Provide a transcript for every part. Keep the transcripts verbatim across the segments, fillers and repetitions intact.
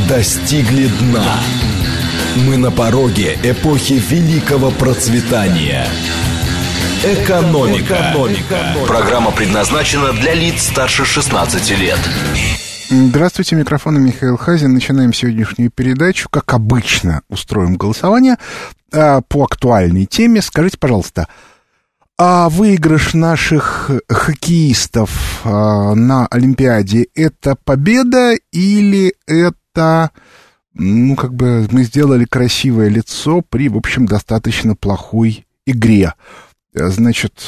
достигли дна. Мы на пороге эпохи великого процветания. Экономика. Экономика. Программа предназначена для лиц старше шестнадцати лет. Здравствуйте, микрофон Михаил Хазин. Начинаем сегодняшнюю передачу. Как обычно, устроим голосование а, по актуальной теме. Скажите, пожалуйста, а выигрыш наших хоккеистов а, на Олимпиаде — это победа или это, ну, как бы мы сделали красивое лицо при, в общем, достаточно плохой игре? Значит,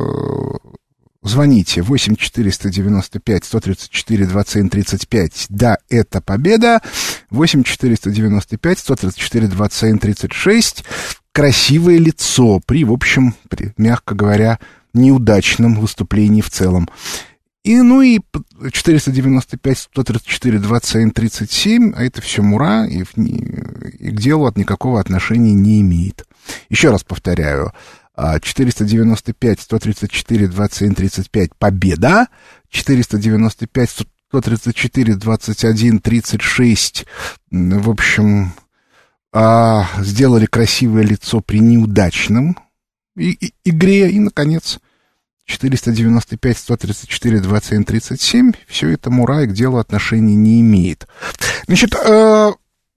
звоните восемь четыреста девяносто пять сто тридцать четыре двадцать семь тридцать пять. Да, это победа. восемь четыреста девяносто пять сто тридцать четыре двадцать семь тридцать шесть. Красивое лицо при, в общем, при, мягко говоря, неудачном выступлении в целом. И, ну и четыреста девяносто пять сто тридцать четыре двадцать семь тридцать семь, а это все мура и, и к делу от никакого отношения не имеет. Еще раз повторяю. четыреста девяносто пять сто тридцать четыре двадцать семь тридцать пять победа, четыреста девяносто пять сто тридцать четыре двадцать один тридцать шесть, в общем, а, сделали красивое лицо при неудачном и, и, игре, и, наконец, четыреста девяносто пять сто тридцать четыре двадцать семь тридцать семь, все это мура и к делу отношения не имеет. Значит, а,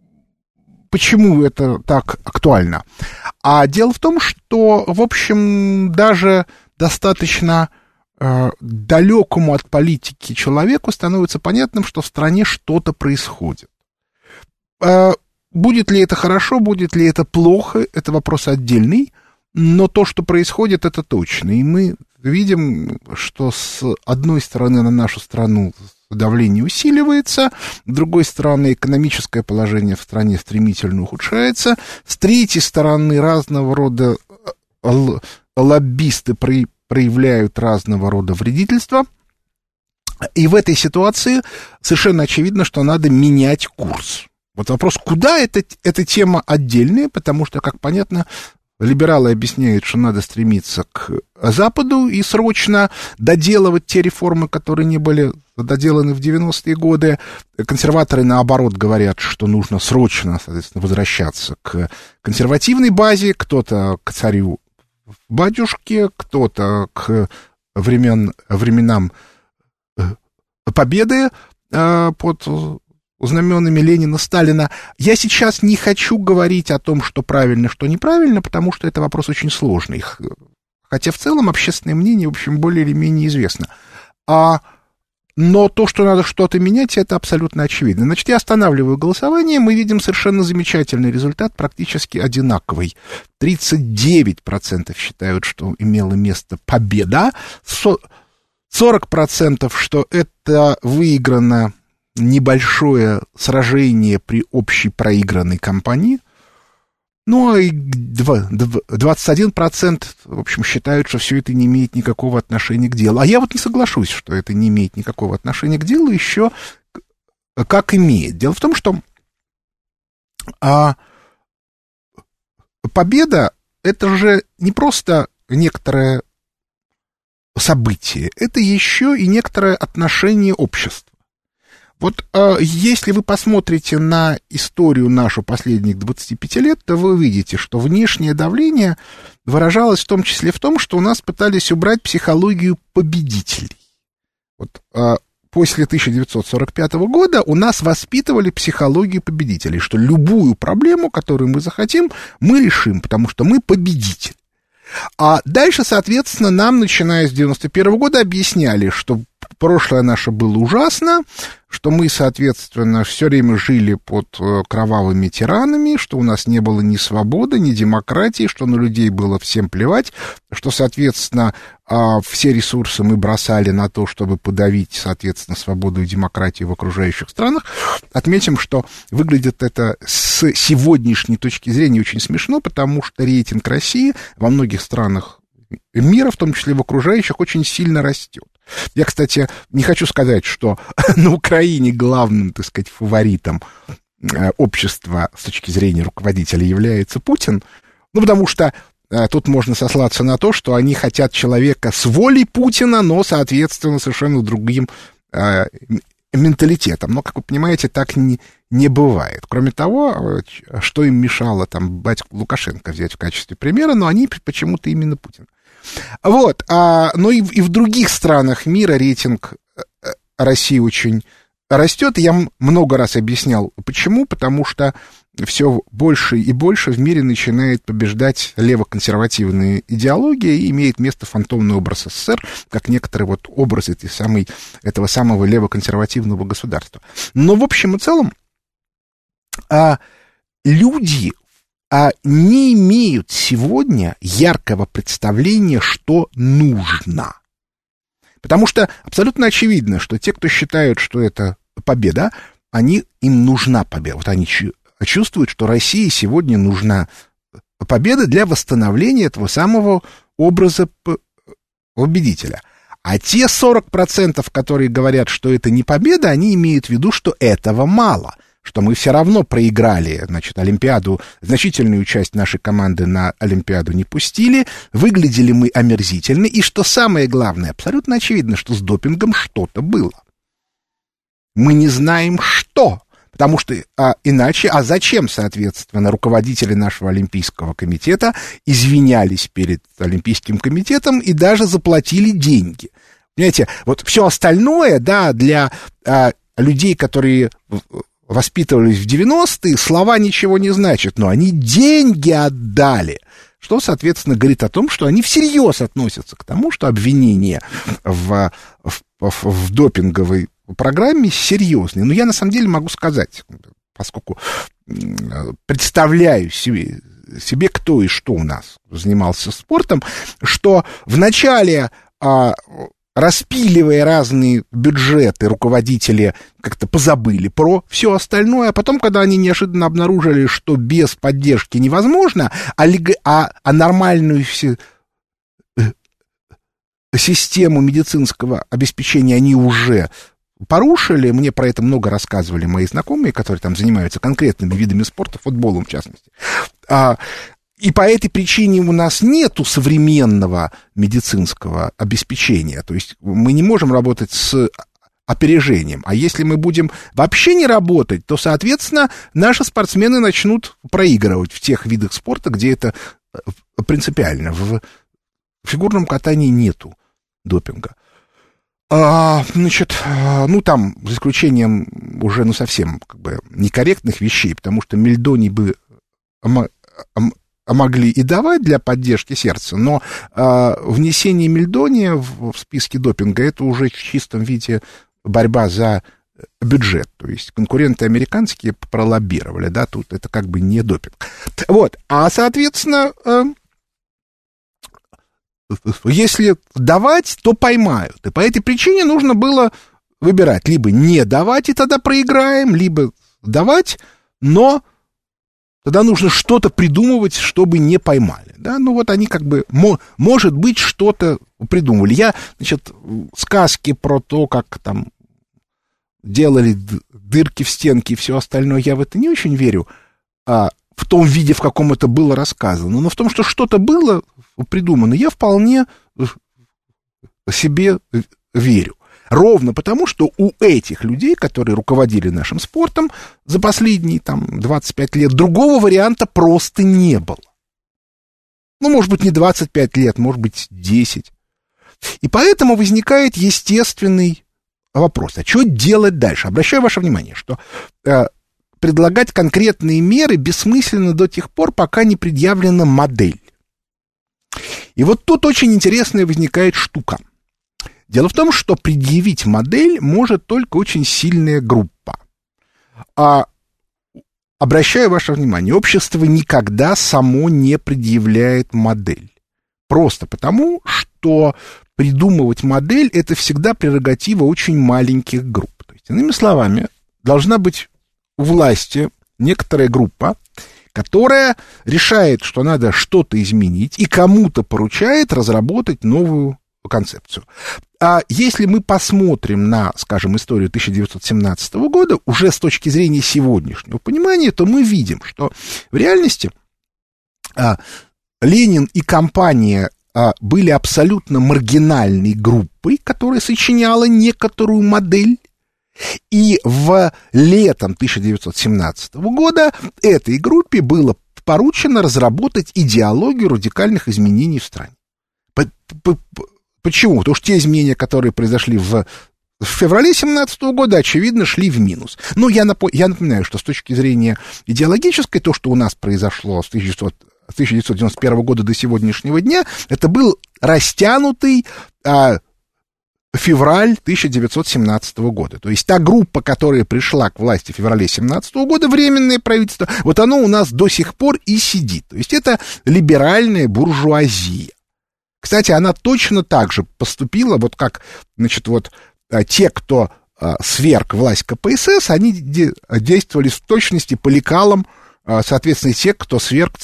почему это так актуально? А дело в том, что, в общем, даже достаточно э, далекому от политики человеку становится понятным, что в стране что-то происходит. Э, будет ли это хорошо, будет ли это плохо, это вопрос отдельный, но то, что происходит, это точно. И мы видим, что с одной стороны на нашу страну давление усиливается, с другой стороны экономическое положение в стране стремительно ухудшается, с третьей стороны разного рода лоббисты проявляют разного рода вредительство, и в этой ситуации совершенно очевидно, что надо менять курс. Вот вопрос, куда, это, эта тема отдельная, потому что, как понятно, либералы объясняют, что надо стремиться к Западу и срочно доделывать те реформы, которые не были доделаны в девяностые годы. Консерваторы, наоборот, говорят, что нужно срочно, соответственно, возвращаться к консервативной базе. Кто-то к царю-батюшке, кто-то к времен, временам победы под знаменами Ленина, Сталина. Я сейчас не хочу говорить о том, что правильно, что неправильно, потому что это вопрос очень сложный. Хотя в целом общественное мнение, в общем, более или менее известно. А, но то, что надо что-то менять, это абсолютно очевидно. Значит, я останавливаю голосование, мы видим совершенно замечательный результат, практически одинаковый. тридцать девять процентов считают, что имела место победа, сорок процентов, что это выиграно небольшое сражение при общей проигранной кампании. Ну, и двадцать один процент, в общем, считают, что все это не имеет никакого отношения к делу. А я вот не соглашусь, что это не имеет никакого отношения к делу, еще как имеет. Дело в том, что а, победа — это же не просто некоторое событие, это еще и некоторое отношение общества. Вот э, если вы посмотрите на историю нашу последних двадцати пяти лет, то вы увидите, что внешнее давление выражалось в том числе в том, что у нас пытались убрать психологию победителей. Вот э, после тысяча девятьсот сорок пятого года у нас воспитывали психологию победителей, что любую проблему, которую мы захотим, мы решим, потому что мы победители. А дальше, соответственно, нам, начиная с девяносто первого года, объясняли, что прошлое наше было ужасно, что мы, соответственно, все время жили под кровавыми тиранами, что у нас не было ни свободы, ни демократии, что на людей было всем плевать, что, соответственно, все ресурсы мы бросали на то, чтобы подавить, соответственно, свободу и демократию в окружающих странах. Отметим, что выглядит это с сегодняшней точки зрения очень смешно, потому что рейтинг России во многих странах мира, в том числе в окружающих, очень сильно растет. Я, кстати, не хочу сказать, что на Украине главным, так сказать, фаворитом общества с точки зрения руководителя является Путин, ну, потому что тут можно сослаться на то, что они хотят человека с волей Путина, но, соответственно, совершенно другим э, менталитетом. Но, как вы понимаете, так не, не бывает. Кроме того, что им мешало там батьку Лукашенко взять в качестве примера, но они почему-то именно Путин. Вот, а, но и, и в других странах мира рейтинг России очень растет. Я много раз объяснял, почему, потому что все больше и больше в мире начинает побеждать левоконсервативная идеология, и имеет место фантомный образ СССР, как некоторый вот образ этой самой, этого самого левоконсервативного государства. Но в общем и целом а, люди а, не имеют сегодня яркого представления, что нужно. Потому что абсолютно очевидно, что те, кто считают, что это победа, они, им нужна победа. Вот они чувствуют, что России сегодня нужна победа для восстановления этого самого образа победителя. А те сорок процентов, которые говорят, что это не победа, они имеют в виду, что этого мало, что мы все равно проиграли, значит, Олимпиаду, значительную часть нашей команды на Олимпиаду не пустили, выглядели мы омерзительно, и что самое главное, абсолютно очевидно, что с допингом что-то было. Мы не знаем, что. Потому что а, иначе, а зачем, соответственно, руководители нашего Олимпийского комитета извинялись перед Олимпийским комитетом и даже заплатили деньги? Понимаете, вот все остальное, да, для а, людей, которые воспитывались в девяностые, слова ничего не значат, но они деньги отдали, что, соответственно, говорит о том, что они всерьез относятся к тому, что обвинения в, в, в, в допинговой программе серьезные. Но я, на самом деле, могу сказать, поскольку представляю себе, себе кто и что у нас занимался спортом, что вначале, а, распиливая разные бюджеты, руководители как-то позабыли про все остальное, а потом, когда они неожиданно обнаружили, что без поддержки невозможно, а, а, а нормальную все, систему медицинского обеспечения они уже порушили, мне про это много рассказывали мои знакомые, которые там занимаются конкретными видами спорта, футболом в частности. А, и по этой причине у нас нету современного медицинского обеспечения. То есть мы не можем работать с опережением. А если мы будем вообще не работать, то, соответственно, наши спортсмены начнут проигрывать в тех видах спорта, где это принципиально. В фигурном катании нету допинга. А, значит, ну там, за исключением уже, ну, совсем как бы некорректных вещей, потому что мельдоний бы м- м- могли и давать для поддержки сердца, но а, внесение мельдония в, в списке допинга — это уже в чистом виде борьба за бюджет, то есть конкуренты американские пролоббировали, да, тут это как бы не допинг. Вот, а, соответственно, если давать, то поймают. И по этой причине нужно было выбирать. Либо не давать, и тогда проиграем, либо давать, но тогда нужно что-то придумывать, чтобы не поймали. Да? Ну вот они как бы, может быть, что-то придумывали. Я, значит, сказки про то, как там делали дырки в стенке и все остальное, я в это не очень верю. А в том виде, в каком это было рассказано. Но в том, что что-то было придумано, я вполне себе верю. Ровно потому, что у этих людей, которые руководили нашим спортом за последние там двадцать пять лет, другого варианта просто не было. Ну, может быть, не двадцать пять лет, может быть, десять. И поэтому возникает естественный вопрос. А что делать дальше? Обращаю ваше внимание, что э, предлагать конкретные меры бессмысленно до тех пор, пока не предъявлена модель. И вот тут очень интересная возникает штука. Дело в том, что предъявить модель может только очень сильная группа. А, обращаю ваше внимание, общество никогда само не предъявляет модель. Просто потому, что придумывать модель — это всегда прерогатива очень маленьких групп. То есть, иными словами, должна быть у власти некоторая группа, которая решает, что надо что-то изменить, и кому-то поручает разработать новую концепцию. А если мы посмотрим на, скажем, историю тысяча девятьсот семнадцатого года, уже с точки зрения сегодняшнего понимания, то мы видим, что в реальности а, Ленин и компания а, были абсолютно маргинальной группой, которая сочиняла некоторую модель, И в летом тысяча девятьсот семнадцатого года этой группе было поручено разработать идеологию радикальных изменений в стране. Почему? Потому что те изменения, которые произошли в, в феврале семнадцатого года, очевидно, шли в минус. Но я, напо- я напоминаю, что с точки зрения идеологической, то, что у нас произошло с тысяча девятьсот девяносто первого года до сегодняшнего дня, это был растянутый а, февраль тысяча девятьсот семнадцатого года. То есть та группа, которая пришла к власти в феврале семнадцатого года, временное правительство, вот оно у нас до сих пор и сидит. То есть это либеральная буржуазия. Кстати, она точно так же поступила, вот как, значит, вот те, кто а, сверг власть ка пэ эс эс, они де- действовали в точности по лекалам, а, соответственно, те, кто сверг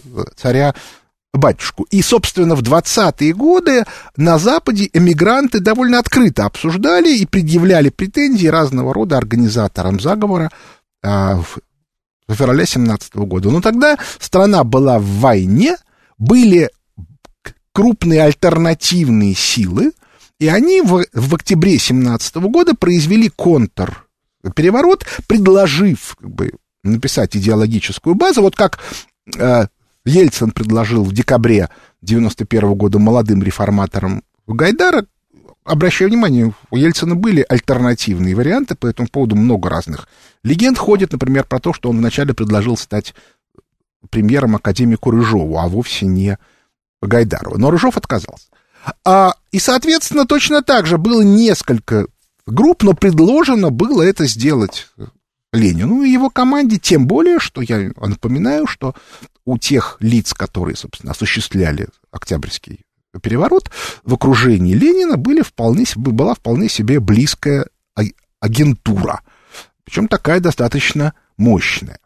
царя-батюшку. И, собственно, в двадцатые годы на Западе эмигранты довольно открыто обсуждали и предъявляли претензии разного рода организаторам заговора а, в, в феврале семнадцатого года. Но тогда страна была в войне, были крупные альтернативные силы, и они в, в октябре семнадцатого года произвели контрпереворот, предложив как бы, написать идеологическую базу, вот как э, Ельцин предложил в декабре девяносто первого года молодым реформаторам Гайдара. Обращаю внимание, у Ельцина были альтернативные варианты, по этому поводу много разных легенд ходит, например, про то, что он вначале предложил стать премьером академику Рыжову, а вовсе не Гайдарова. Но Рыжов отказался. А, и, соответственно, точно так же было несколько групп, но предложено было это сделать Ленину и его команде, тем более, что я напоминаю, что у тех лиц, которые, собственно, осуществляли Октябрьский переворот, в окружении Ленина были вполне, была вполне себе близкая агентура, причем такая достаточно мощная.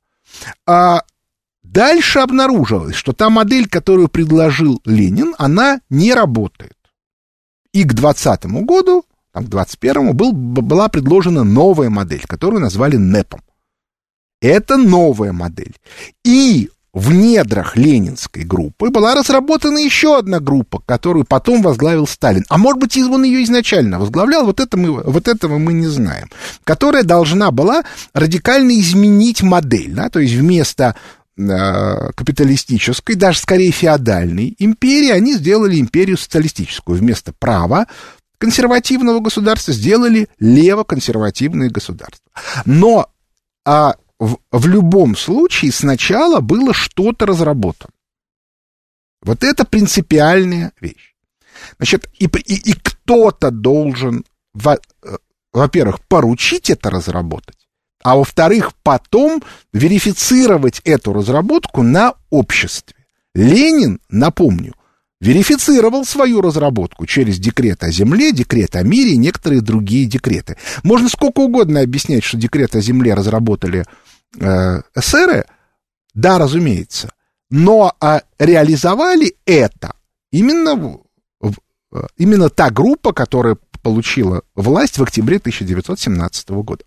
А дальше обнаружилось, что та модель, которую предложил Ленин, она не работает. И к двадцатому году, там, к двадцать первому, был, была предложена новая модель, которую назвали НЭПом. Это новая модель. И в недрах ленинской группы была разработана еще одна группа, которую потом возглавил Сталин. А может быть, он ее изначально возглавлял, вот, это мы, вот этого мы не знаем. Которая должна была радикально изменить модель. Да? То есть вместо капиталистической, даже скорее феодальной империи, они сделали империю социалистическую. Вместо права консервативного государства сделали лево-консервативное государство. Но а, в, в любом случае сначала было что-то разработано. Вот это принципиальная вещь. Значит, и, и, и кто-то должен, во, во-первых, поручить это разработать, а во-вторых, потом верифицировать эту разработку на обществе. Ленин, напомню, верифицировал свою разработку через декрет о земле, декрет о мире и некоторые другие декреты. Можно сколько угодно объяснять, что декрет о земле разработали э, эсеры, да, разумеется, но э, реализовали это именно, в, в, именно та группа, которая получила власть в октябре тысяча девятьсот семнадцатого года.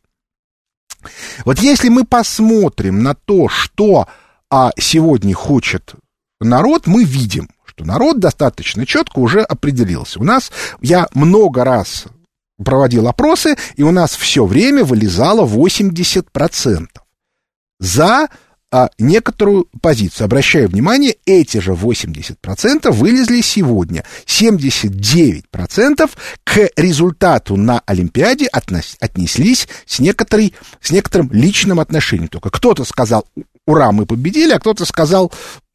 Вот если мы посмотрим на то, что а, сегодня хочет народ, мы видим, что народ достаточно четко уже определился. У нас, я много раз проводил опросы, и у нас все время вылезало восемьдесят процентов за а, некоторую позицию. Обращаю внимание, эти же восемьдесят процентов вылезли сегодня. семьдесят девять процентов к результату на Олимпиаде относ, отнеслись с, некоторой, с некоторым личным отношением. Только кто-то сказал, ура, мы победили, а кто-то сказал,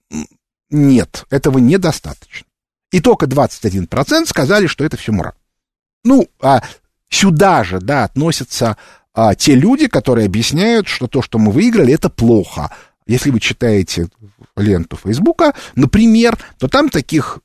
нет, этого недостаточно. И только двадцать один процент сказали, что это все мура. Ну, а сюда же, да, относятся а, те люди, которые объясняют, что то, что мы выиграли, это плохо. Если вы читаете ленту Фейсбука, например, то там таких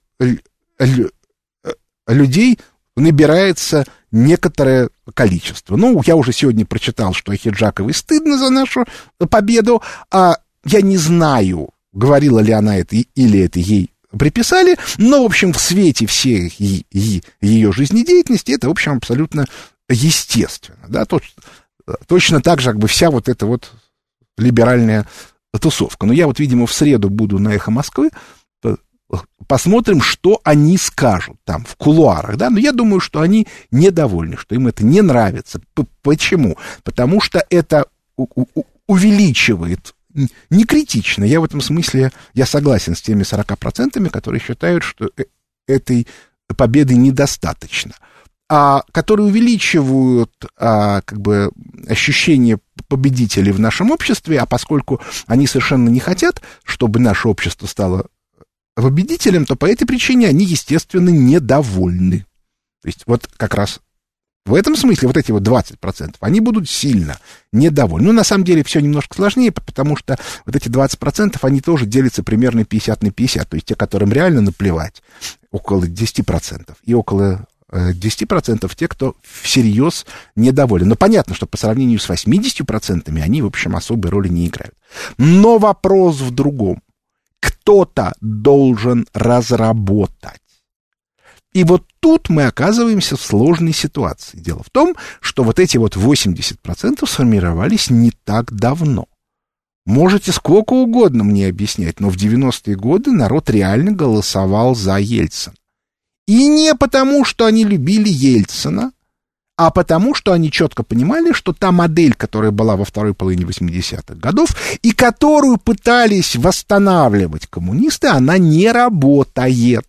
людей набирается некоторое количество. Ну, я уже сегодня прочитал, что Ахеджаковой стыдно за нашу победу, а я не знаю, говорила ли она это или это ей приписали, но, в общем, в свете всей ее жизнедеятельности это, в общем, абсолютно естественно. Да? Точно так же, как бы вся вот эта вот либеральная тусовка. Но я вот, видимо, в среду буду на «Эхо Москвы», посмотрим, что они скажут там в кулуарах, да, но я думаю, что они недовольны, что им это не нравится. Почему? Потому что это увеличивает, не критично, я в этом смысле, я согласен с теми сорока процентами, которые считают, что этой победы недостаточно, а которые увеличивают а, как бы ощущение победителей в нашем обществе, а поскольку они совершенно не хотят, чтобы наше общество стало победителем, то по этой причине они, естественно, недовольны. То есть вот как раз в этом смысле вот эти вот двадцать процентов, они будут сильно недовольны. Ну, на самом деле, все немножко сложнее, потому что вот эти двадцать процентов, они тоже делятся примерно пятьдесят на пятьдесят. То есть те, которым реально наплевать, около десять процентов. И около десять процентов те, кто всерьез недоволен. Но понятно, что по сравнению с восемьдесят процентов они, в общем, особой роли не играют. Но вопрос в другом. Кто-то должен разработать. И вот тут мы оказываемся в сложной ситуации. Дело в том, что вот эти вот восемьдесят процентов сформировались не так давно. Можете сколько угодно мне объяснять, но в девяностые годы народ реально голосовал за Ельцина. И не потому, что они любили Ельцина, а потому, что они четко понимали, что та модель, которая была во второй половине восьмидесятых годов, и которую пытались восстанавливать коммунисты, она не работает.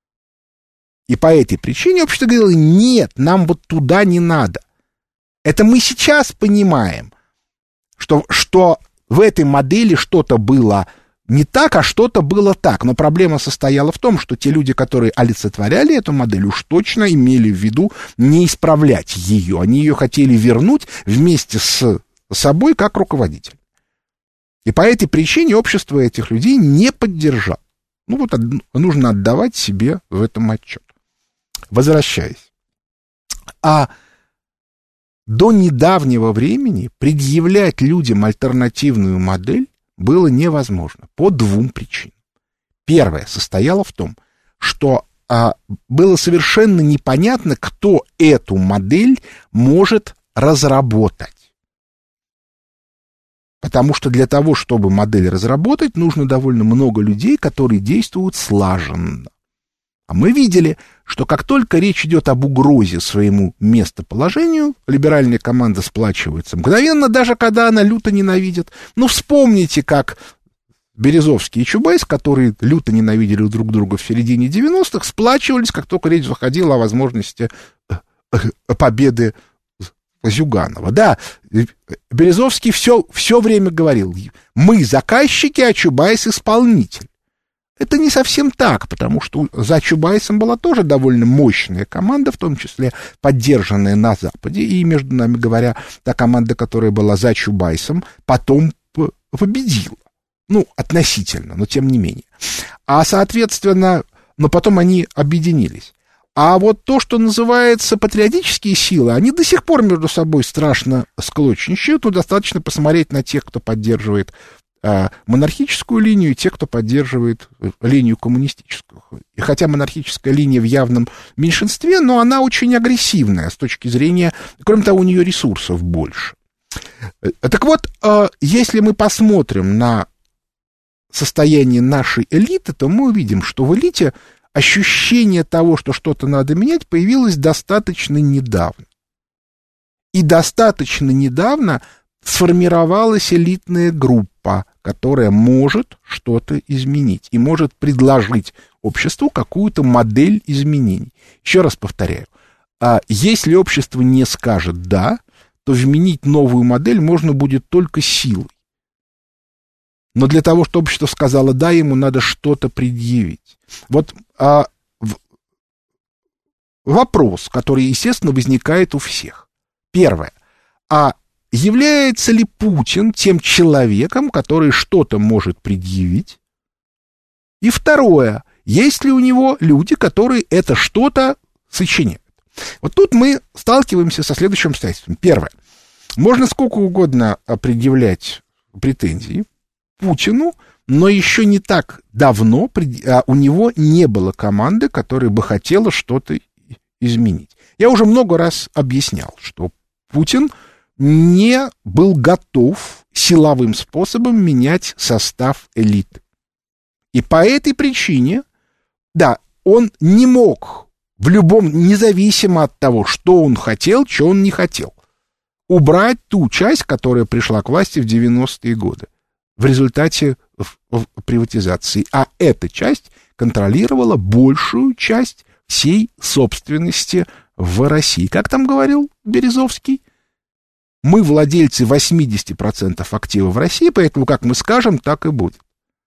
И по этой причине общество говорило, нет, нам вот туда не надо. Это мы сейчас понимаем, что, что в этой модели что-то было не так, а что-то было так. Но проблема состояла в том, что те люди, которые олицетворяли эту модель, уж точно имели в виду не исправлять ее. Они ее хотели вернуть вместе с собой как руководитель. И по этой причине общество этих людей не поддержало. Ну вот нужно отдавать себе в этом отчет. Возвращаясь. А до недавнего времени предъявлять людям альтернативную модель было невозможно по двум причинам. Первая состояла в том, что а, было совершенно непонятно, кто эту модель может разработать. Потому что для того, чтобы модель разработать, нужно довольно много людей, которые действуют слаженно. А мы видели, что как только речь идет об угрозе своему местоположению, либеральная команда сплачивается мгновенно, даже когда она люто ненавидит. Ну, вспомните, как Березовский и Чубайс, которые люто ненавидели друг друга в середине девяностых, сплачивались, как только речь заходила о возможности победы Зюганова. Да, Березовский все, все время говорил, мы заказчики, а Чубайс исполнитель. Это не совсем так, потому что за Чубайсом была тоже довольно мощная команда, в том числе поддержанная на Западе, и, между нами говоря, та команда, которая была за Чубайсом, потом победила. Ну, относительно, но тем не менее. А, соответственно, но потом они объединились. А вот то, что называется патриотические силы, они до сих пор между собой страшно склочничают, но достаточно посмотреть на тех, кто поддерживает монархическую линию, и те, кто поддерживает линию коммунистическую. И хотя монархическая линия в явном меньшинстве, но она очень агрессивная с точки зрения, кроме того, у нее ресурсов больше. Так вот, если мы посмотрим на состояние нашей элиты, то мы увидим, что в элите ощущение того, что что-то надо менять, появилось достаточно недавно. И достаточно недавно сформировалась элитная группа, которая может что-то изменить и может предложить обществу какую-то модель изменений. Еще раз повторяю, если общество не скажет «да», то вменить новую модель можно будет только силой. Но для того, чтобы общество сказало «да», ему надо что-то предъявить. Вот а, в, вопрос, который, естественно, возникает у всех. Первое. А является ли Путин тем человеком, который что-то может предъявить? И второе. Есть ли у него люди, которые это что-то сочиняют? Вот тут мы сталкиваемся со следующим обстоятельством. Первое. Можно сколько угодно предъявлять претензии Путину, но еще не так давно у него не было команды, которая бы хотела что-то изменить. Я уже много раз объяснял, что Путин не был готов силовым способом менять состав элиты. И по этой причине Да, он не мог в любом, независимо от того, что он хотел, что он не хотел, убрать ту часть, которая пришла к власти в девяностые годы в результате в, в приватизации. А эта часть контролировала большую часть всей собственности в России. Как там говорил Березовский? Мы владельцы восемьдесят процентов активов в России, поэтому как мы скажем, так и будет.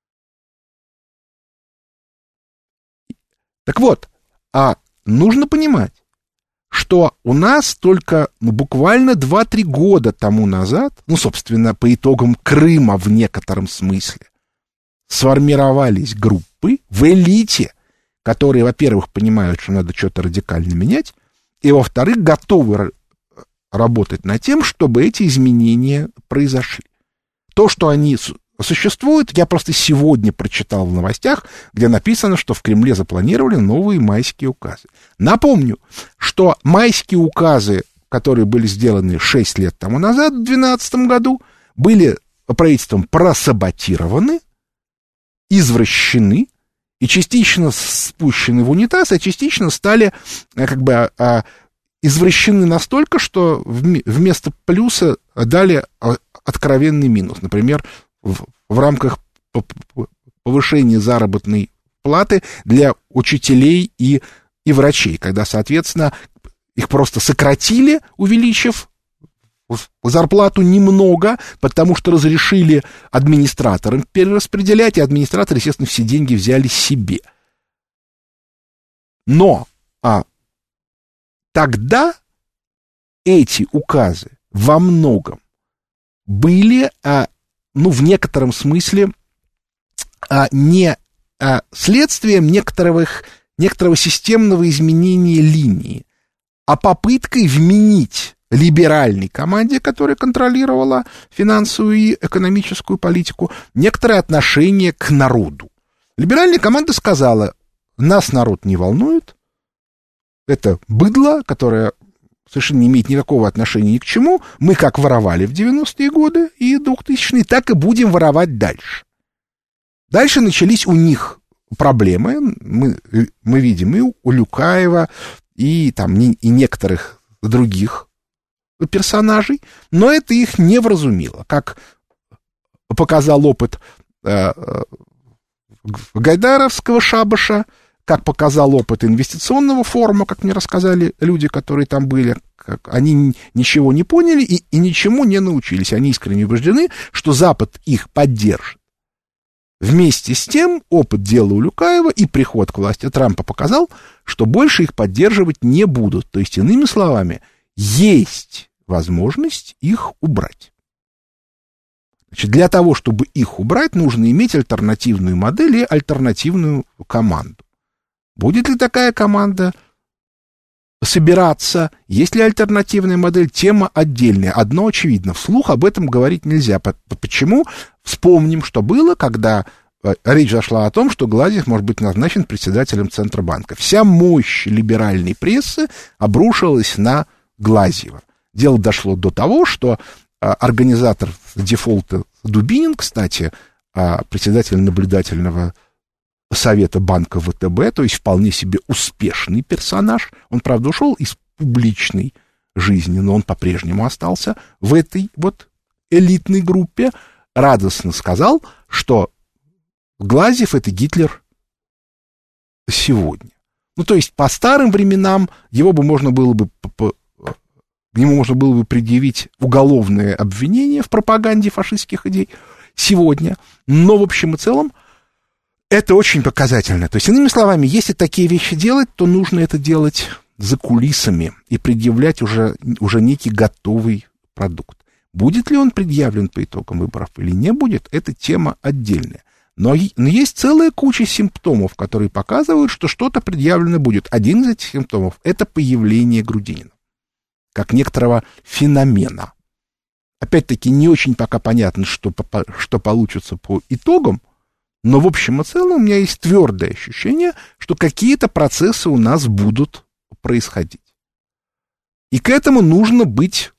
Так вот, а нужно понимать, что у нас только ну, буквально два-три года тому назад, ну, собственно, по итогам Крыма в некотором смысле, сформировались группы в элите, которые, во-первых, понимают, что надо что-то радикально менять, и, во-вторых, готовы работать над тем, чтобы эти изменения произошли. То, что они существуют, я просто сегодня прочитал в новостях, где написано, что в Кремле запланировали новые майские указы. Напомню, что майские указы, которые были сделаны шесть лет тому назад, в две тысячи двенадцатом году, были правительством просаботированы, извращены и частично спущены в унитаз, а частично стали как бы извращены настолько, что вместо плюса дали откровенный минус. Например, в, в рамках повышения заработной платы для учителей и, и врачей, когда, соответственно, их просто сократили, увеличив зарплату немного, потому что разрешили администраторам перераспределять, и администраторы, естественно, все деньги взяли себе. Но а, тогда эти указы во многом были, а, ну, в некотором смысле а, не а, следствием некоторых, некоторого системного изменения линии, а попыткой вменить либеральной команде, которая контролировала финансовую и экономическую политику, некоторое отношение к народу. Либеральная команда сказала: нас народ не волнует, это быдло, которое совершенно не имеет никакого отношения ни к чему, мы как воровали в девяностые годы и двухтысячные, так и будем воровать дальше. Дальше начались у них проблемы, мы, мы видим и у Люкаева, и, там, и некоторых других персонажей, но это их не вразумило. Как показал опыт э, гайдаровского шабаша, как показал опыт инвестиционного форума, как мне рассказали люди, которые там были, как они ничего не поняли и, и ничему не научились. Они искренне убеждены, что Запад их поддержит. Вместе с тем опыт дела у Люкаева и приход к власти Трампа показал, что больше их поддерживать не будут. То есть, иными словами, есть возможность их убрать. Значит, для того, чтобы их убрать, нужно иметь альтернативную модель и альтернативную команду. Будет ли такая команда собираться? Есть ли альтернативная модель? Тема отдельная. Одно очевидно, вслух об этом говорить нельзя. Почему? Вспомним, что было, когда речь зашла о том, что Глазьев может быть назначен председателем Центробанка. Вся мощь либеральной прессы обрушилась на Глазьева. Дело дошло до того, что организатор дефолта Дубинин, кстати, председатель наблюдательного совета банка ВТБ, то есть вполне себе успешный персонаж. Он, правда, ушел из публичной жизни, но он по-прежнему остался в этой вот элитной группе. Радостно сказал, что Глазьев — это Гитлер сегодня. Ну, то есть по старым временам его бы можно было бы, ему можно было бы предъявить уголовное обвинение в пропаганде фашистских идей сегодня. Но в общем и целом это очень показательно. То есть, иными словами, если такие вещи делать, то нужно это делать за кулисами и предъявлять уже, уже некий готовый продукт. Будет ли он предъявлен по итогам выборов или не будет, это тема отдельная. Но, но есть целая куча симптомов, которые показывают, что что-то предъявлено будет. Один из этих симптомов — это появление Грудинина, как некоторого феномена. Опять-таки, не очень пока понятно, что, что получится по итогам, но в общем и целом у меня есть твердое ощущение, что какие-то процессы у нас будут происходить. И к этому нужно быть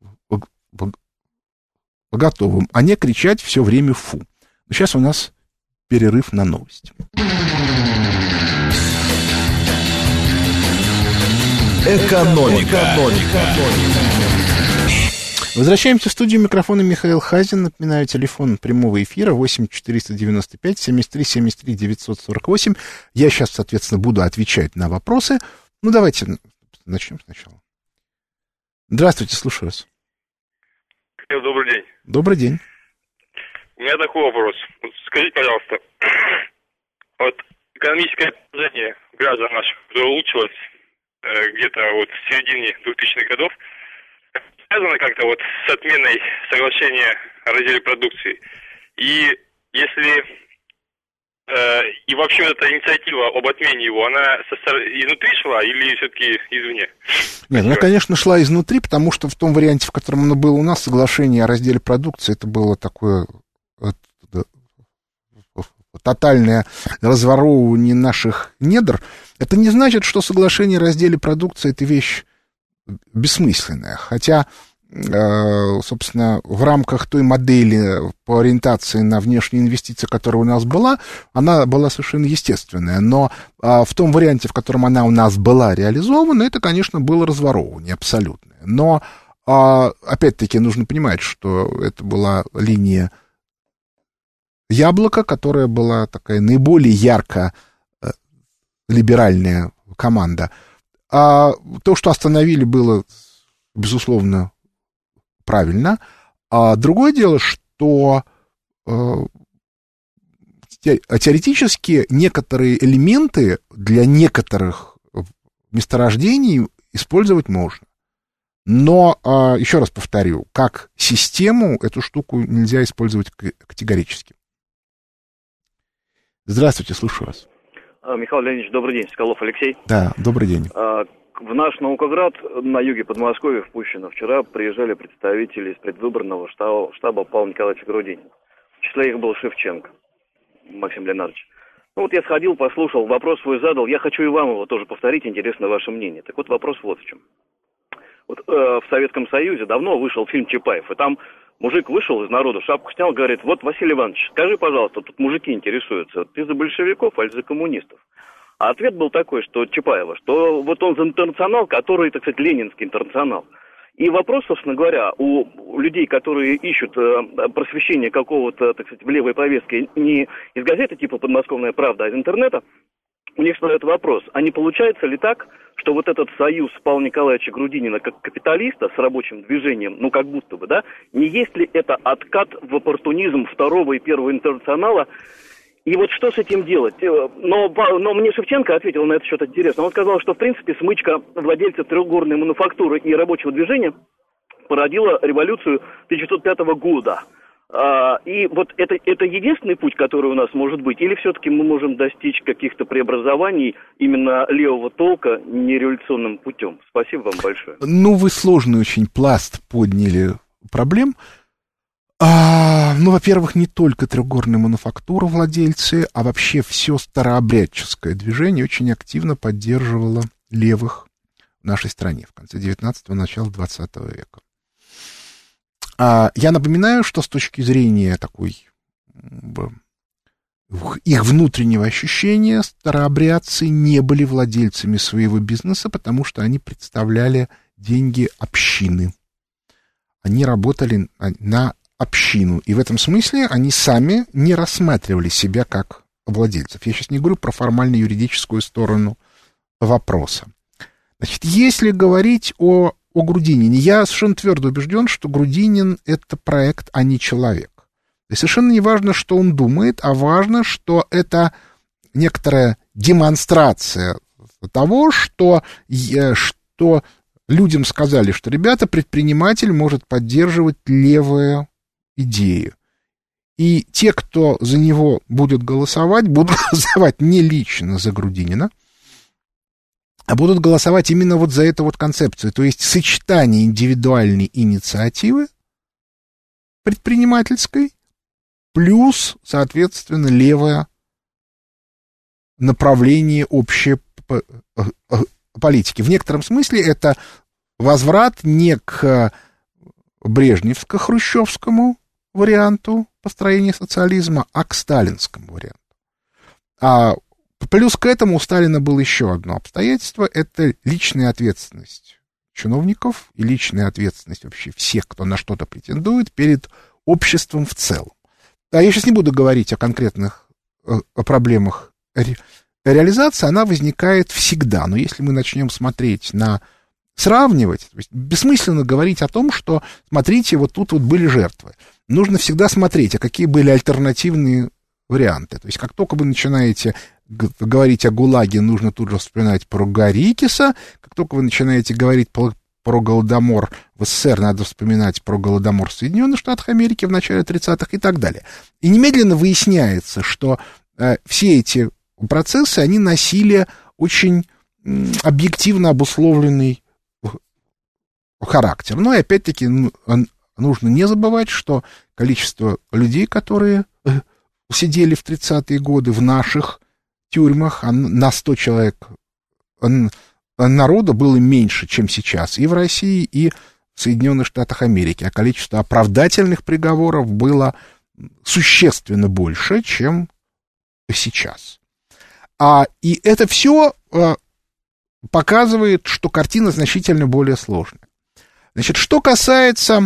готовым, а не кричать все время «фу». Но сейчас у нас перерыв на новости. Экономика. Возвращаемся в студию. Микрофона Михаил Хазин. Напоминаю, телефон прямого эфира восемь четыреста девяносто пять семьдесят три семьдесят три девятьсот сорок восемь. Я сейчас, соответственно, буду отвечать на вопросы. Ну, давайте начнем сначала. Здравствуйте, слушаю вас. Добрый день. Добрый день. У меня такой вопрос. Вот скажите, пожалуйста, вот экономическое положение граждан наших улучшилось э, где-то вот в середине двухтысячных годов, связано как-то вот с отменой соглашения о разделе продукции. И если э, и вообще эта инициатива об отмене его, она со, изнутри шла или все-таки извне? Нет, она, конечно, шла изнутри, потому что в том варианте, в котором оно было у нас, соглашение о разделе продукции, это было такое вот, тотальное разворовывание наших недр. Это не значит, что соглашение о разделе продукции — это вещь бессмысленная. Хотя, собственно, в рамках той модели по ориентации на внешние инвестиции, которая у нас была, она была совершенно естественная. Но в том варианте, в котором она у нас была реализована, это, конечно, было разворовывание абсолютное. Но, опять-таки, нужно понимать, что это была линия яблока, которая была такая наиболее ярко либеральная команда. А то, что остановили, было, безусловно, правильно. А другое дело, что э, теоретически некоторые элементы для некоторых месторождений использовать можно. Но, э, еще раз повторю, как систему эту штуку нельзя использовать категорически. Здравствуйте, слушаю вас. Михаил Леонидович, добрый день. Соколов Алексей. Да, добрый день. В наш Наукоград на юге Подмосковья впущено. Вчера приезжали представители из предвыборного штаба, штаба Павла Николаевича Грудинина. В числе их был Шевченко Максим Леонардович. Ну вот я сходил, послушал, вопрос свой задал. Я хочу и вам его тоже повторить, интересно ваше мнение. Так вот вопрос вот в чем. Вот э, в Советском Союзе давно вышел фильм «Чапаев», и там мужик вышел из народа, шапку снял, говорит: вот, Василий Иванович, скажи, пожалуйста, тут мужики интересуются, ты за большевиков, а за коммунистов? А ответ был такой, что Чапаева, что вот он за интернационал, который, так сказать, ленинский интернационал. И вопрос, собственно говоря, у людей, которые ищут э, просвещение какого-то, так сказать, в левой повестке не из газеты типа «Подмосковная правда», а из интернета, у них задают вопрос: а не получается ли так, что вот этот союз Павла Николаевича Грудинина как капиталиста с рабочим движением, ну как будто бы, да, не есть ли это откат в оппортунизм второго и первого интернационала? И вот что с этим делать? Но, но мне Шевченко ответил на это что-то интересно. Он сказал, что в принципе смычка владельцев трехгорной мануфактуры и рабочего движения породила революцию тысяча девятьсот пятого года. А, и вот это, это единственный путь, который у нас может быть? Или все-таки мы можем достичь каких-то преобразований именно левого толка нереволюционным путем? Спасибо вам большое. Ну, вы сложный очень пласт подняли проблем. А, ну, во-первых, не только трехгорная мануфактура владельцы, а вообще все старообрядческое движение очень активно поддерживало левых в нашей стране в конце девятнадцатого, начало двадцатого века. А, я напоминаю, что с точки зрения такой их внутреннего ощущения старообрядцы не были владельцами своего бизнеса, потому что они представляли деньги общины. Они работали на общину. И в этом смысле они сами не рассматривали себя как владельцев. Я сейчас не говорю про формально-юридическую сторону вопроса. Значит, если говорить о, о Грудинине, я совершенно твердо убежден, что Грудинин — это проект, а не человек. И совершенно не важно, что он думает, а важно, что это некоторая демонстрация того, что, что людям сказали, что, ребята, предприниматель может поддерживать левые идеи. И те, кто за него будет голосовать, будут голосовать не лично за Грудинина, а будут голосовать именно вот за эту вот концепцию. То есть сочетание индивидуальной инициативы предпринимательской плюс, соответственно, левое направление общей политики. В некотором смысле это возврат не к брежневско-хрущевскому варианту построения социализма, а к сталинскому варианту. А Плюс к этому у Сталина было еще одно обстоятельство, это личная ответственность чиновников и личная ответственность вообще всех, кто на что-то претендует, перед обществом в целом. А я сейчас не буду говорить о конкретных о проблемах ре, реализации, она возникает всегда, но если мы начнем смотреть на сравнивать, то есть бессмысленно говорить о том, что, смотрите, вот тут вот были жертвы. Нужно всегда смотреть, а какие были альтернативные варианты. То есть как только вы начинаете говорить о ГУЛАГе, нужно тут же вспоминать про Горикиса. Как только вы начинаете говорить про, про Голодомор в СССР, надо вспоминать про Голодомор в Соединенных Штатах Америки в начале тридцатых и так далее. И немедленно выясняется, что э, все эти процессы, они носили очень э, объективно обусловленный характер. Но и опять-таки нужно не забывать, что количество людей, которые сидели в тридцатые годы в наших тюрьмах, на сто человек народа было меньше, чем сейчас и в России, и в Соединенных Штатах Америки. А количество оправдательных приговоров было существенно больше, чем сейчас. А, и это все а, показывает, что картина значительно более сложная. Значит, что касается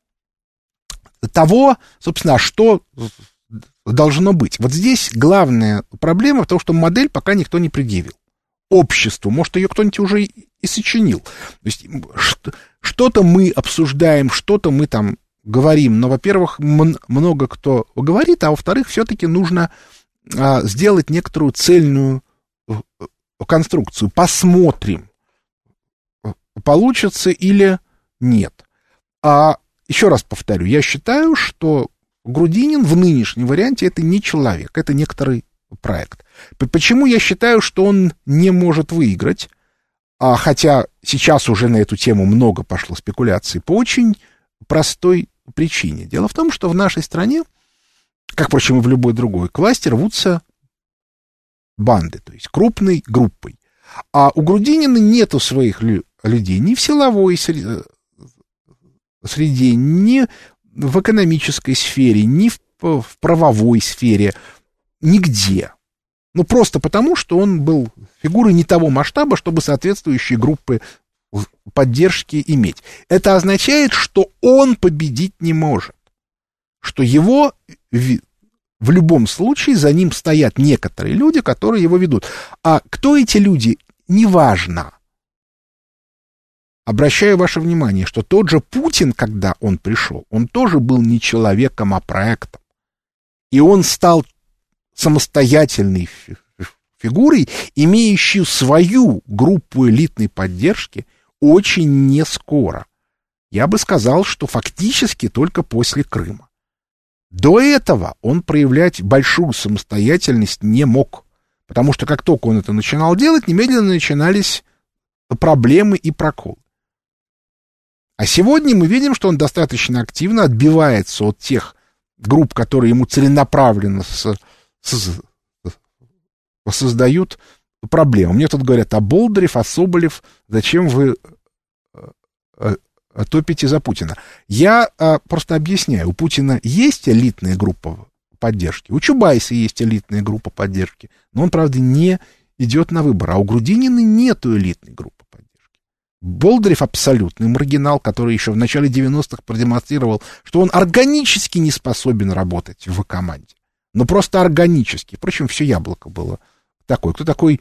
того, собственно, что должно быть. Вот здесь главная проблема в том, что модель пока никто не предъявил. Обществу, может, ее кто-нибудь уже и сочинил. То есть что-то мы обсуждаем, что-то мы там говорим, но, во-первых, много кто говорит, а во-вторых, все-таки нужно а, сделать некоторую цельную конструкцию. Посмотрим, получится или нет. А еще раз повторю, я считаю, что Грудинин в нынешнем варианте это не человек, это некоторый проект. Почему я считаю, что он не может выиграть, а хотя сейчас уже на эту тему много пошло спекуляций, по очень простой причине. Дело в том, что в нашей стране, как, впрочем, и в любой другой, к власти рвутся банды, то есть крупной группой. А у Грудинина нету своих людей ни в силовой среде, ни в экономической сфере, ни в, в правовой сфере, нигде. Ну, просто потому, что он был фигурой не того масштаба, чтобы соответствующие группы поддержки иметь. Это означает, что он победить не может. Что его в, в любом случае за ним стоят некоторые люди, которые его ведут. А кто эти люди, неважно. Обращаю ваше внимание, что тот же Путин, когда он пришел, он тоже был не человеком, а проектом. И он стал самостоятельной фигурой, имеющей свою группу элитной поддержки очень нескоро. Я бы сказал, что фактически только после Крыма. До этого он проявлять большую самостоятельность не мог, потому что как только он это начинал делать, немедленно начинались проблемы и проколы. А сегодня мы видим, что он достаточно активно отбивается от тех групп, которые ему целенаправленно с, с, создают проблемы. Мне тут говорят, а Болдырев, а Соболев, зачем вы топите за Путина? Я а, просто объясняю, у Путина есть элитная группа поддержки, у Чубайса есть элитная группа поддержки, но он, правда, не идет на выборы, а у Грудинина нету элитной группы. Болдырев абсолютный маргинал, который еще в начале девяностых продемонстрировал, что он органически не способен работать в команде. Но просто органически. Впрочем, все яблоко было такое. Кто такой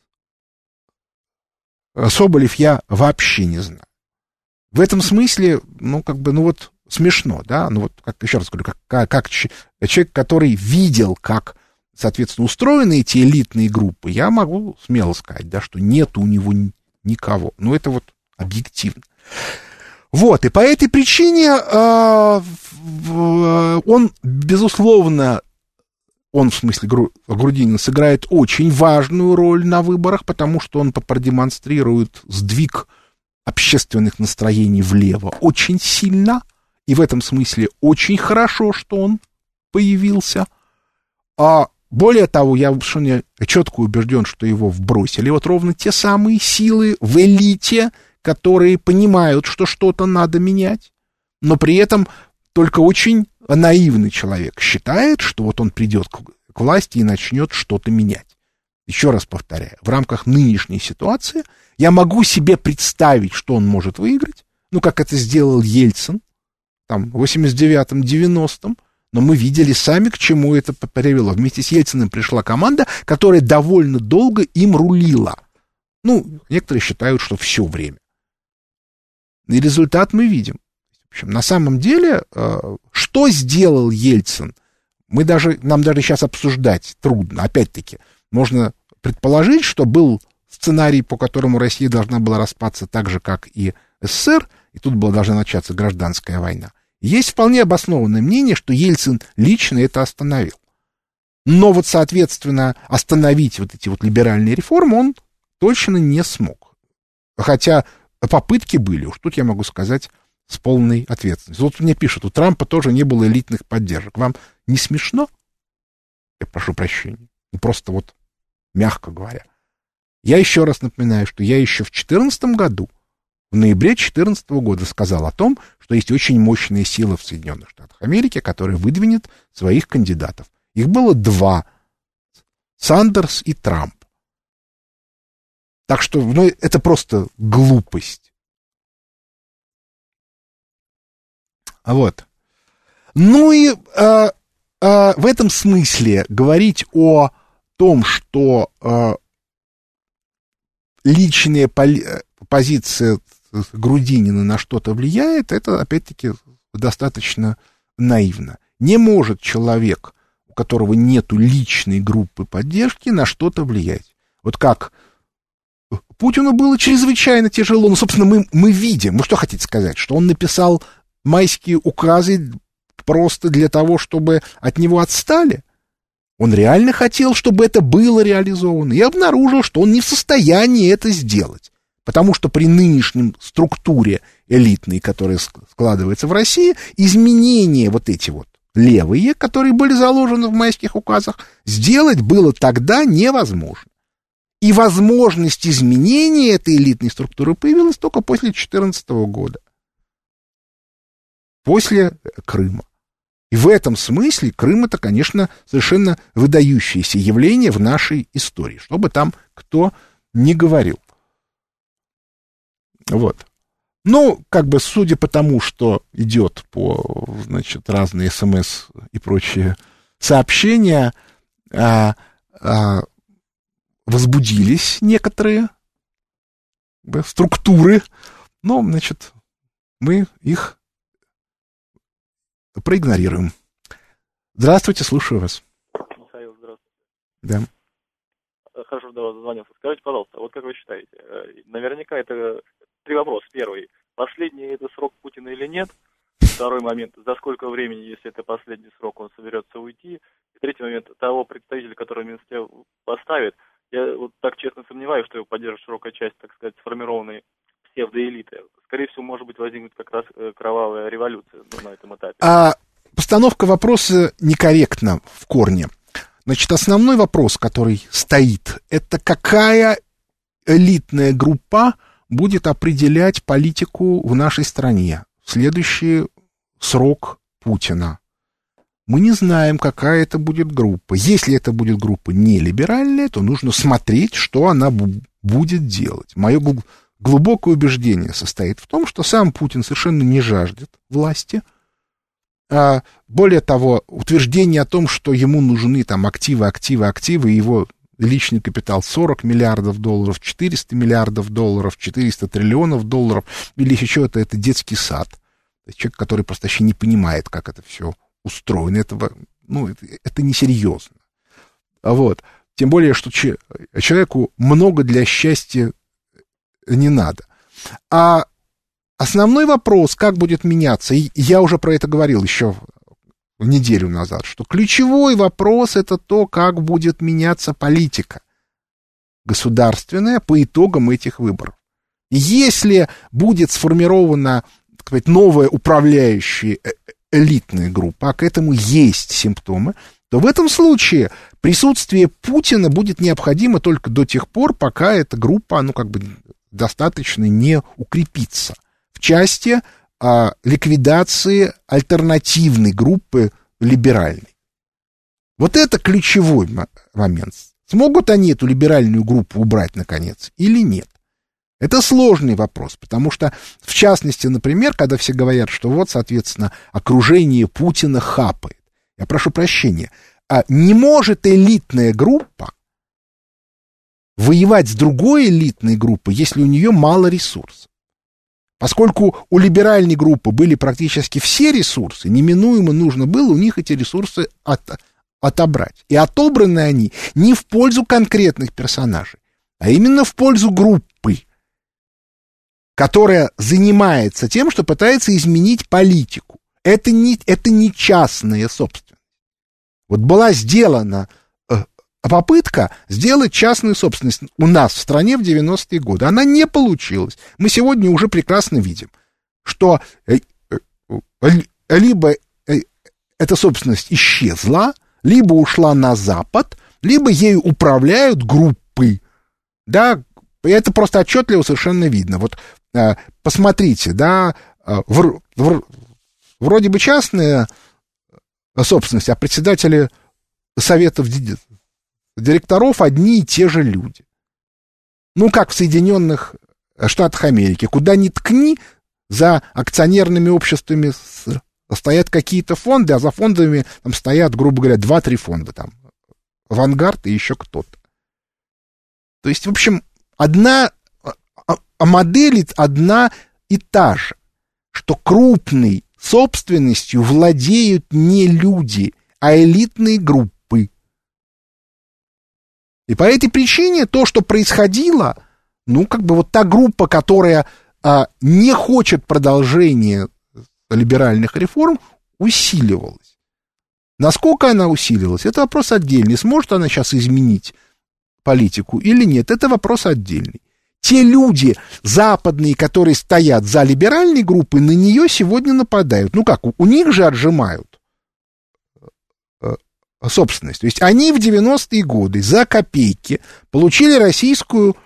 Соболев, я вообще не знаю. В этом смысле, ну, как бы, ну вот смешно, да, ну вот, как, еще раз говорю, как, как, как человек, который видел, как, соответственно, устроены эти элитные группы, я могу смело сказать, да, что нет у него никого. Ну, это вот объективно. Вот, и по этой причине э, он, безусловно, он, в смысле, Грудинин, сыграет очень важную роль на выборах, потому что он продемонстрирует сдвиг общественных настроений влево очень сильно, и в этом смысле очень хорошо, что он появился. А более того, я совершенно четко убежден, что его вбросили вот ровно те самые силы в элите, которые понимают, что что-то надо менять, но при этом только очень наивный человек считает, что вот он придет к власти и начнет что-то менять. еще раз повторяю, в рамках нынешней ситуации я могу себе представить, что он может выиграть, ну, как это сделал Ельцин, там, в восемьдесят девятом — девяностом, но мы видели сами, к чему это привело. Вместе с Ельциным пришла команда, которая довольно долго им рулила. Ну, некоторые считают, что все время. И результат мы видим. В общем, на самом деле, что сделал Ельцин, мы даже, нам даже сейчас обсуждать трудно. Опять-таки, можно предположить, что был сценарий, по которому Россия должна была распаться так же, как и СССР, и тут была должна начаться гражданская война. Есть вполне обоснованное мнение, что Ельцин лично это остановил. Но вот, соответственно, остановить вот эти вот либеральные реформы он точно не смог. Хотя попытки были, уж тут я могу сказать с полной ответственностью. Вот мне пишут, у Трампа тоже не было элитных поддержек. Вам не смешно? Я прошу прощения. Ну, просто вот, мягко говоря. Я еще раз напоминаю, что я еще в две тысячи четырнадцатом году, в ноябре две тысячи четырнадцатого года сказал о том, что есть очень мощная сила в Соединенных Штатах Америки, которая выдвинет своих кандидатов. Их было два. Сандерс и Трамп. Так что, ну, это просто глупость. Вот. Ну и а, а, в этом смысле говорить о том, что а, личная поли- позиция Грудинина на что-то влияет, это, опять-таки, достаточно наивно. Не может человек, у которого нету личной группы поддержки, на что-то влиять. Вот как Путину было чрезвычайно тяжело, ну, собственно, мы, мы видим, ну, что хотите сказать, что он написал майские указы просто для того, чтобы от него отстали? Он реально хотел, чтобы это было реализовано, и обнаружил, что он не в состоянии это сделать. Потому что при нынешнем структуре элитной, которая складывается в России, изменения вот эти вот левые, которые были заложены в майских указах, сделать было тогда невозможно. И возможность изменения этой элитной структуры появилась только после две тысячи четырнадцатого года. После Крыма. И в этом смысле Крым — это, конечно, совершенно выдающееся явление в нашей истории, что бы там кто ни говорил. Вот. Ну, как бы, судя по тому, что идет по, значит, разные СМС и прочие сообщения, а, а, возбудились некоторые да, структуры, но, значит, мы их проигнорируем. Здравствуйте, слушаю вас. Михаил, здравствуйте. Да. Хорошо, что до вас дозвонился. Скажите, пожалуйста, вот как вы считаете, наверняка это три вопроса. Первый, последний это срок Путина или нет? Второй момент, за сколько времени, если это последний срок, он соберется уйти? И третий момент, того представителя, который Минстрав поставит, я вот так честно сомневаюсь, что его поддержит широкая часть, так сказать, сформированной псевдоэлиты. Скорее всего, может быть, возникнет как раз кровавая революция на этом этапе. А постановка вопроса некорректна в корне. Значит, основной вопрос, который стоит, это какая элитная группа будет определять политику в нашей стране в следующий срок Путина. Мы не знаем, какая это будет группа. Если это будет группа нелиберальная, то нужно смотреть, что она бу- будет делать. Мое гл- глубокое убеждение состоит в том, что сам Путин совершенно не жаждет власти. А, более того, утверждение о том, что ему нужны там активы, активы, активы, и его личный капитал сорок миллиардов долларов, четыреста миллиардов долларов, четыреста триллионов долларов, или еще это, это детский сад. Человек, который просто вообще не понимает, как это все устроено. Этого, ну, это, это несерьезно. Вот. Тем более, что че, человеку много для счастья не надо. А основной вопрос, как будет меняться, и я уже про это говорил еще неделю назад, что ключевой вопрос — это то, как будет меняться политика государственная по итогам этих выборов. Если будет сформирована, так сказать, новая управляющая элитная группа, а к этому есть симптомы, то в этом случае присутствие Путина будет необходимо только до тех пор, пока эта группа, ну, как бы, достаточно не укрепится в части а, ликвидации альтернативной группы либеральной. Вот это ключевой момент. Смогут они эту либеральную группу убрать, наконец, или нет? Это сложный вопрос, потому что, в частности, например, когда все говорят, что вот, соответственно, окружение Путина хапает. Я прошу прощения, а не может элитная группа воевать с другой элитной группой, если у нее мало ресурсов. Поскольку у либеральной группы были практически все ресурсы, неминуемо нужно было у них эти ресурсы от, отобрать. И отобраны они не в пользу конкретных персонажей, а именно в пользу группы, которая занимается тем, что пытается изменить политику. Это не, это не частная собственность. Вот была сделана э, попытка сделать частную собственность у нас в стране в девяностые годы. Она не получилась. Мы сегодня уже прекрасно видим, что э, э, либо э, эта собственность исчезла, либо ушла на Запад, либо ею управляют группы. Да, это просто отчетливо совершенно видно. Вот э, посмотрите, да, э, в, в, вроде бы частная собственность, а председатели советов директоров одни и те же люди. Ну, как в Соединенных Штатах Америки. Куда ни ткни, за акционерными обществами стоят какие-то фонды, а за фондами там стоят, грубо говоря, два-три фонда. Там Авангард и еще кто-то. То есть, в общем, одна а модель одна и та же, что крупной собственностью владеют не люди, а элитные группы. И по этой причине то, что происходило, ну, как бы вот та группа, которая а, не хочет продолжения либеральных реформ, усиливалась. Насколько она усилилась, это вопрос отдельный. Сможет она сейчас изменить политику или нет, это вопрос отдельный. Те люди западные, которые стоят за либеральной группой, на нее сегодня нападают. Ну как, у, у них же отжимают э, собственность. То есть они в девяностые годы за копейки получили российскую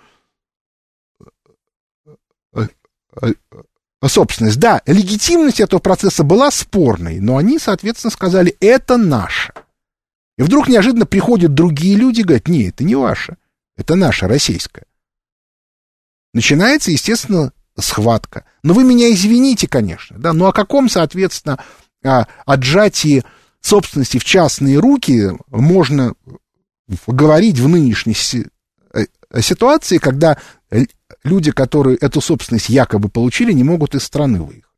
э, э, э, собственность. Да, легитимность этого процесса была спорной, но они, соответственно, сказали, это наше. И вдруг неожиданно приходят другие люди и говорят, нет, это не ваше, это наше, российское. Начинается, естественно, схватка. Но вы меня извините, конечно, да, но о каком, соответственно, отжатии собственности в частные руки можно говорить в нынешней ситуации, когда люди, которые эту собственность якобы получили, не могут из страны выехать.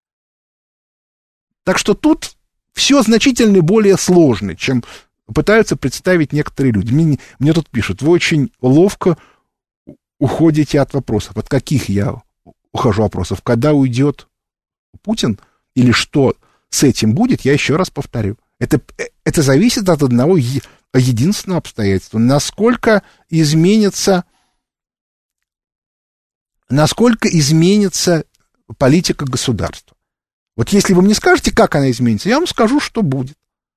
Так что тут все значительно более сложно, чем пытаются представить некоторые люди. Мне, мне тут пишут, вы очень ловко уходите от вопросов. От каких я ухожу вопросов? Когда уйдет Путин или что с этим будет, я еще раз повторю. Это, это зависит от одного единственного обстоятельства. Насколько изменится, насколько изменится политика государства. Вот если вы мне скажете, как она изменится, я вам скажу, что будет.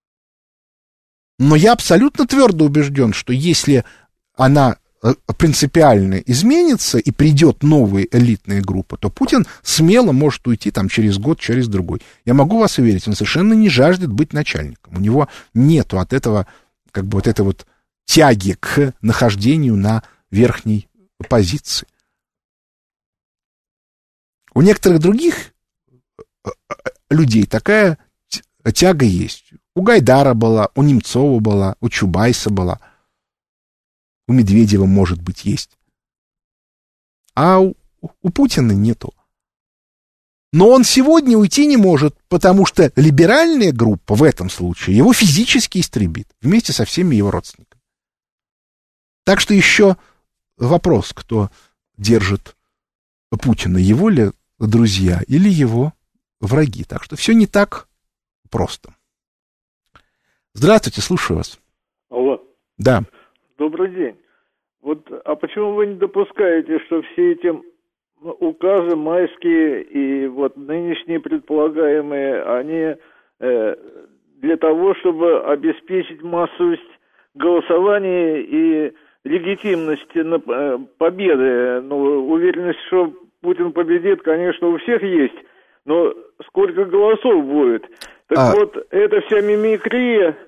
Но я абсолютно твердо убежден, что если она принципиально изменится и придет новая элитная группа, то Путин смело может уйти там через год, через другой. Я могу вас уверить, он совершенно не жаждет быть начальником. У него нету от этого, как бы вот этой вот тяги к нахождению на верхней позиции. У некоторых других людей такая тяга есть. У Гайдара была, у Немцова была, у Чубайса была. У Медведева, может быть, есть. А у, у Путина нету. Но он сегодня уйти не может, потому что либеральная группа в этом случае его физически истребит вместе со всеми его родственниками. Так что еще вопрос, кто держит Путина, его ли друзья или его враги. Так что все не так просто. Здравствуйте, слушаю вас. Алло. Да. Добрый день. Вот, а почему вы не допускаете, что все эти указы майские и вот нынешние предполагаемые, они э, для того, чтобы обеспечить массовость голосования и легитимность на, э, победы? Ну, уверенность, что Путин победит, конечно, у всех есть, но сколько голосов будет? Так а... вот, эта вся мимикрия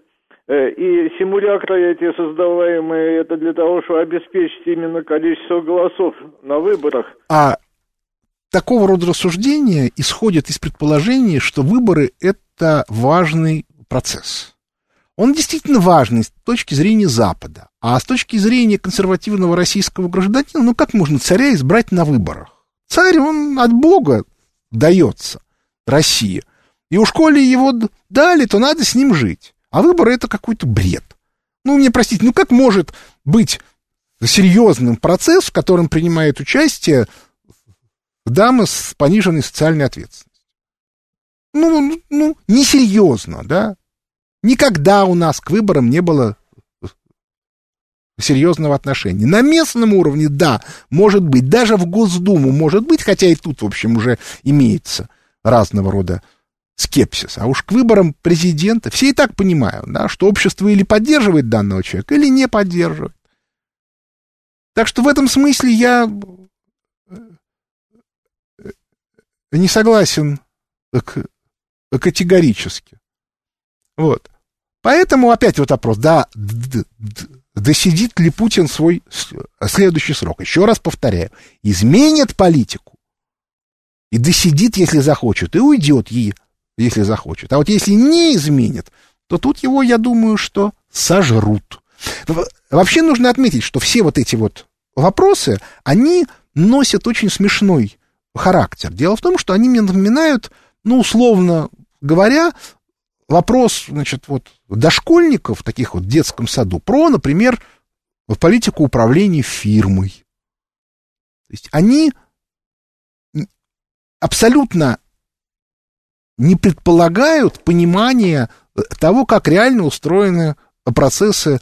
и симулякры эти создаваемые, это для того, чтобы обеспечить именно количество голосов на выборах. А такого рода рассуждения исходят из предположения, что выборы — это важный процесс. Он действительно важный с точки зрения Запада. А с точки зрения консервативного российского гражданина, ну как можно царя избрать на выборах? Царь, он от Бога дается, Россия. И уж коли его дали, то надо с ним жить. А выборы — это какой-то бред. Ну, мне простите, ну как может быть серьезным процесс, в котором принимает участие дама с пониженной социальной ответственностью? Ну, ну, несерьезно, да? Никогда у нас к выборам не было серьезного отношения. На местном уровне, да, может быть, даже в Госдуму может быть, хотя и тут, в общем, уже имеется разного рода скепсис. А уж к выборам президента все и так понимают, да, что общество или поддерживает данного человека, или не поддерживает. Так что в этом смысле я не согласен категорически. Вот. Поэтому опять вот вопрос, да, досидит ли Путин свой следующий срок? Еще раз повторяю, изменит политику и досидит, если захочет, и уйдет, если захочет. А вот если не изменит, то тут его, я думаю, что сожрут. Вообще нужно отметить, что все вот эти вот вопросы, они носят очень смешной характер. Дело в том, что они мне напоминают, ну, условно говоря, вопрос, значит, вот дошкольников, таких вот в детском саду, про, например, политику управления фирмой. То есть они абсолютно не предполагают понимания того, как реально устроены процессы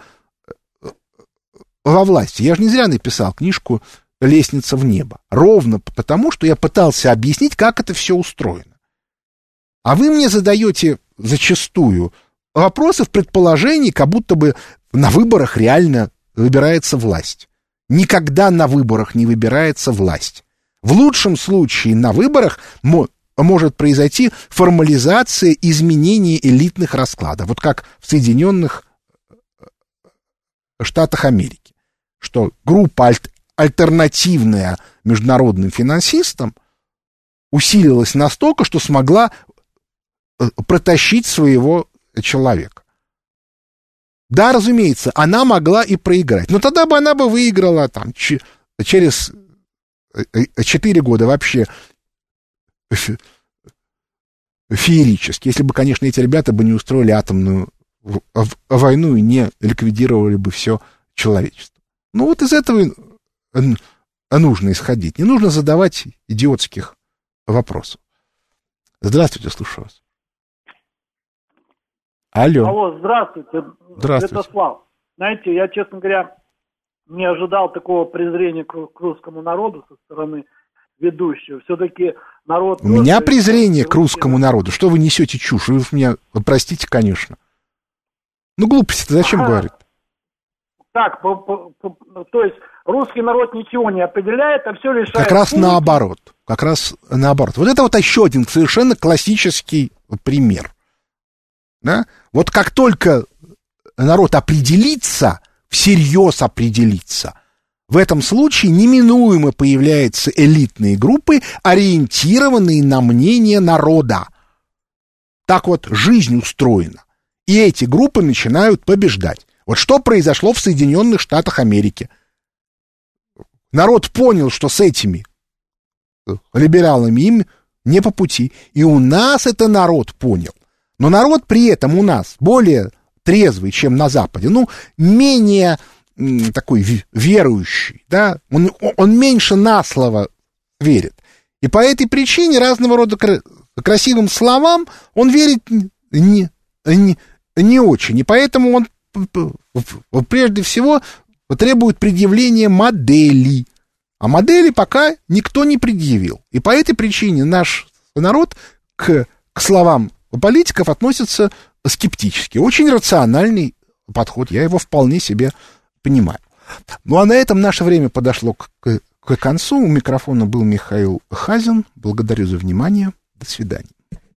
во власти. Я же не зря написал книжку «Лестница в небо». Ровно потому, что я пытался объяснить, как это все устроено. А вы мне задаете зачастую вопросы в предположении, как будто бы на выборах реально выбирается власть. Никогда на выборах не выбирается власть. В лучшем случае на выборах мо- может произойти формализация изменения элитных раскладов. Вот как в Соединенных Штатах Америки. Что группа аль- альтернативная международным финансистам усилилась настолько, что смогла протащить своего человека. Да, разумеется, она могла и проиграть. Но тогда бы она бы выиграла там, ч- через четыре года вообще фе- феерически. Если бы, конечно, эти ребята бы не устроили атомную в- в- войну и не ликвидировали бы все человечество. Ну вот из этого нужно исходить. Не нужно задавать идиотских вопросов. Здравствуйте, слушаю вас. Алло. Алло, здравствуйте. Здравствуйте. Святослав. Знаете, я, честно говоря, не ожидал такого презрения к, к русскому народу со стороны ведущего. Все-таки народ... У меня презрение к русскому народу. Что вы несете чушь? Вы меня простите, конечно. Ну, глупости-то зачем говорить? Так, по, по, по, то есть русский народ ничего не определяет, а все решает... Как раз пункт. наоборот. Как раз наоборот. Вот это вот еще один совершенно классический пример. Да? Вот как только народ определится, всерьез определится, в этом случае неминуемо появляются элитные группы, ориентированные на мнение народа. Так вот жизнь устроена. И эти группы начинают побеждать. Вот что произошло в Соединенных Штатах Америки. Народ понял, что с этими либералами им не по пути. И у нас это народ понял. Но народ при этом у нас более трезвый, чем на Западе. Ну, менее м, такой верующий, да. Он, он меньше на слово верит. И по этой причине разного рода кра- красивым словам он верит не, не, не очень. И поэтому он прежде всего требует предъявления модели. А модели пока никто не предъявил. И по этой причине наш народ к, к словам политиков относится скептически. Очень рациональный подход. Я его вполне себе понимаю. Ну, а на этом наше время подошло к, к, к концу. У микрофона был Михаил Хазин. Благодарю за внимание. До свидания.